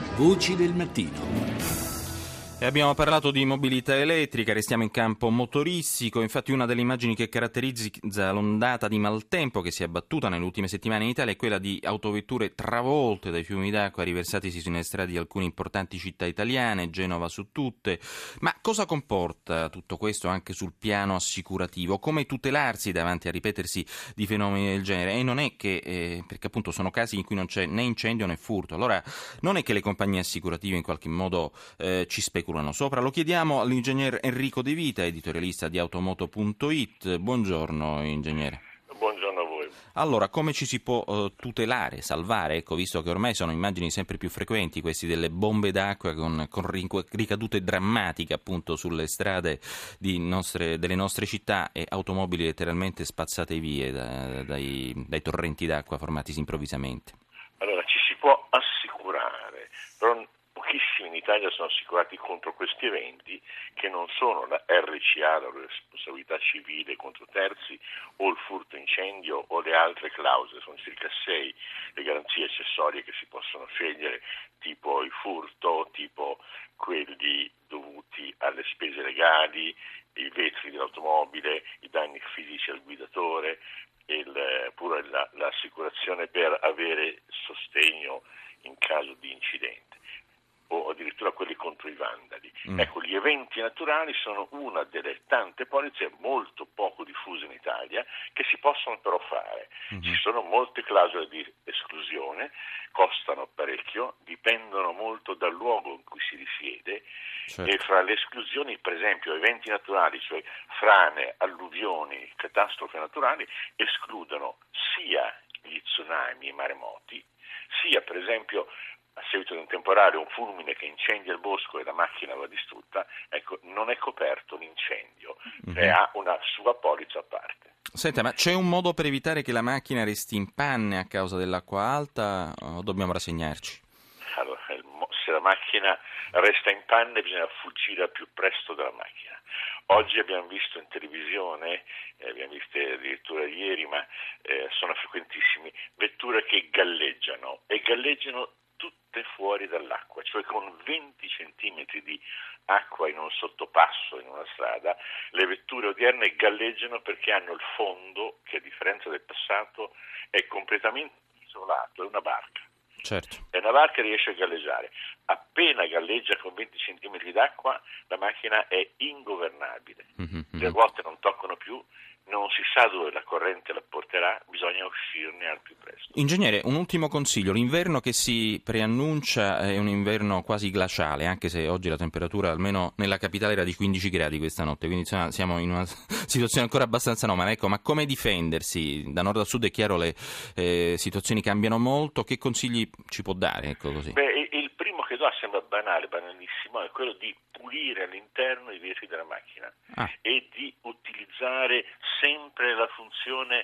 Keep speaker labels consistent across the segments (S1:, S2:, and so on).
S1: Voci del mattino.
S2: E abbiamo parlato di mobilità elettrica, restiamo in campo motoristico. Infatti una delle immagini che caratterizza l'ondata di maltempo che si è abbattuta nelle ultime settimane in Italia è quella di autovetture travolte dai fiumi d'acqua riversatisi sulle strade di alcune importanti città italiane, Genova su tutte. Ma cosa comporta tutto questo anche sul piano assicurativo? Come tutelarsi davanti al ripetersi di fenomeni del genere? E non è che, perché appunto sono casi in cui non c'è né incendio né furto, allora non è che le compagnie assicurative in qualche modo ci speculano sopra. Lo chiediamo all'ingegner Enrico De Vita, editorialista di Automoto.it. Buongiorno ingegnere.
S3: Buongiorno a voi.
S2: Allora, come ci si può tutelare, salvare, ecco, visto che ormai sono immagini sempre più frequenti questi delle bombe d'acqua con ricadute drammatiche appunto sulle strade delle nostre città e automobili letteralmente spazzate via dai torrenti d'acqua formatisi improvvisamente.
S3: Allora, ci si può assicurare, però pochissimi in Italia sono assicurati contro questi eventi che non sono la RCA, la responsabilità civile contro terzi, o il furto incendio o le altre clausole. Sono circa 6 le garanzie accessorie che si possono scegliere, tipo il furto, tipo quelli dovuti alle spese legali, i vetri dell'automobile, i danni fisici al guidatore, pure l'assicurazione per avere sostegno in caso di incidente, o addirittura quelli contro i vandali. Ecco, gli eventi naturali sono una delle tante polizze molto poco diffuse in Italia che si possono però fare. Ci sono molte clausole di esclusione, costano parecchio, dipendono molto dal luogo in cui si risiede.
S2: Certo.
S3: E fra le esclusioni, per esempio, eventi naturali, cioè frane, alluvioni, catastrofi naturali, escludono sia gli tsunami e i maremoti, sia per esempio a seguito di un temporale, un fulmine che incendia il bosco e la macchina va distrutta. Ecco, non è coperto l'incendio, ha una sua polizza a parte.
S2: Senta, ma c'è un modo per evitare che la macchina resti in panne a causa dell'acqua alta o dobbiamo rassegnarci?
S3: Allora, se la macchina resta in panne bisogna fuggire al più presto dalla macchina. Oggi abbiamo visto in televisione, abbiamo viste addirittura ieri, ma sono frequentissimi, vetture che galleggiano tutte fuori dall'acqua, cioè con 20 centimetri di acqua in un sottopasso in una strada. Le vetture odierne galleggiano perché hanno il fondo che, a differenza del passato, è completamente isolato, è una barca.
S2: Certo.
S3: E una barca riesce a galleggiare. Appena galleggia con 20 centimetri d'acqua, la macchina è ingovernabile. Le ruote non toccano più, non si sa dove la corrente la porterà, bisogna uscirne al più presto.
S2: Ingegnere, un ultimo consiglio. L'inverno che si preannuncia è un inverno quasi glaciale, anche se oggi la temperatura, almeno nella capitale, era di 15 gradi questa notte, quindi insomma, siamo in una situazione ancora abbastanza anomala. Ecco, ma come difendersi? Da nord a sud è chiaro, le situazioni cambiano molto. Che consigli ci può dare? Ecco, così.
S3: Il primo che do sembra banalissimo, è quello di pulire all'interno i vetri della macchina e di utilizzare sempre la funzione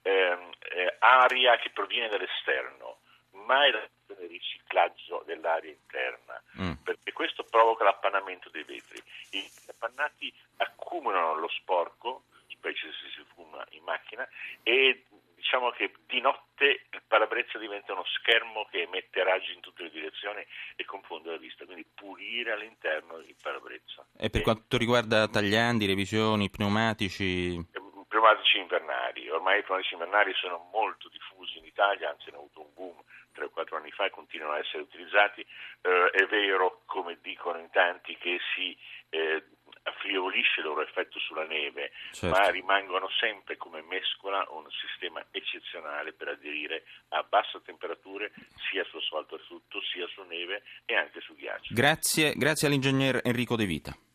S3: aria che proviene dall'esterno, mai la funzione di riciclaggio dell'aria interna, perché questo provoca l'appannamento dei vetri. I appannati accumulano lo sporco, specie se si fuma in macchina, e diciamo che di notte il parabrezza diventa uno schermo che emette raggi in tutte le direzioni e confonde la vista, quindi pulire all'interno il parabrezza.
S2: E per quanto riguarda tagliandi, revisioni, pneumatici?
S3: Pneumatici invernali, ormai i pneumatici invernali sono molto diffusi in Italia, anzi hanno avuto un boom 3 o 4 anni fa e continuano a essere utilizzati. È vero, come dicono in tanti, che si affievolisce il loro effetto sulla neve,
S2: certo,
S3: ma rimangono sempre come mescola un sistema eccezionale per aderire a basse temperature sia su asfalto asciutto, sia su neve e anche su ghiaccio.
S2: Grazie all'ingegner Enrico De Vita.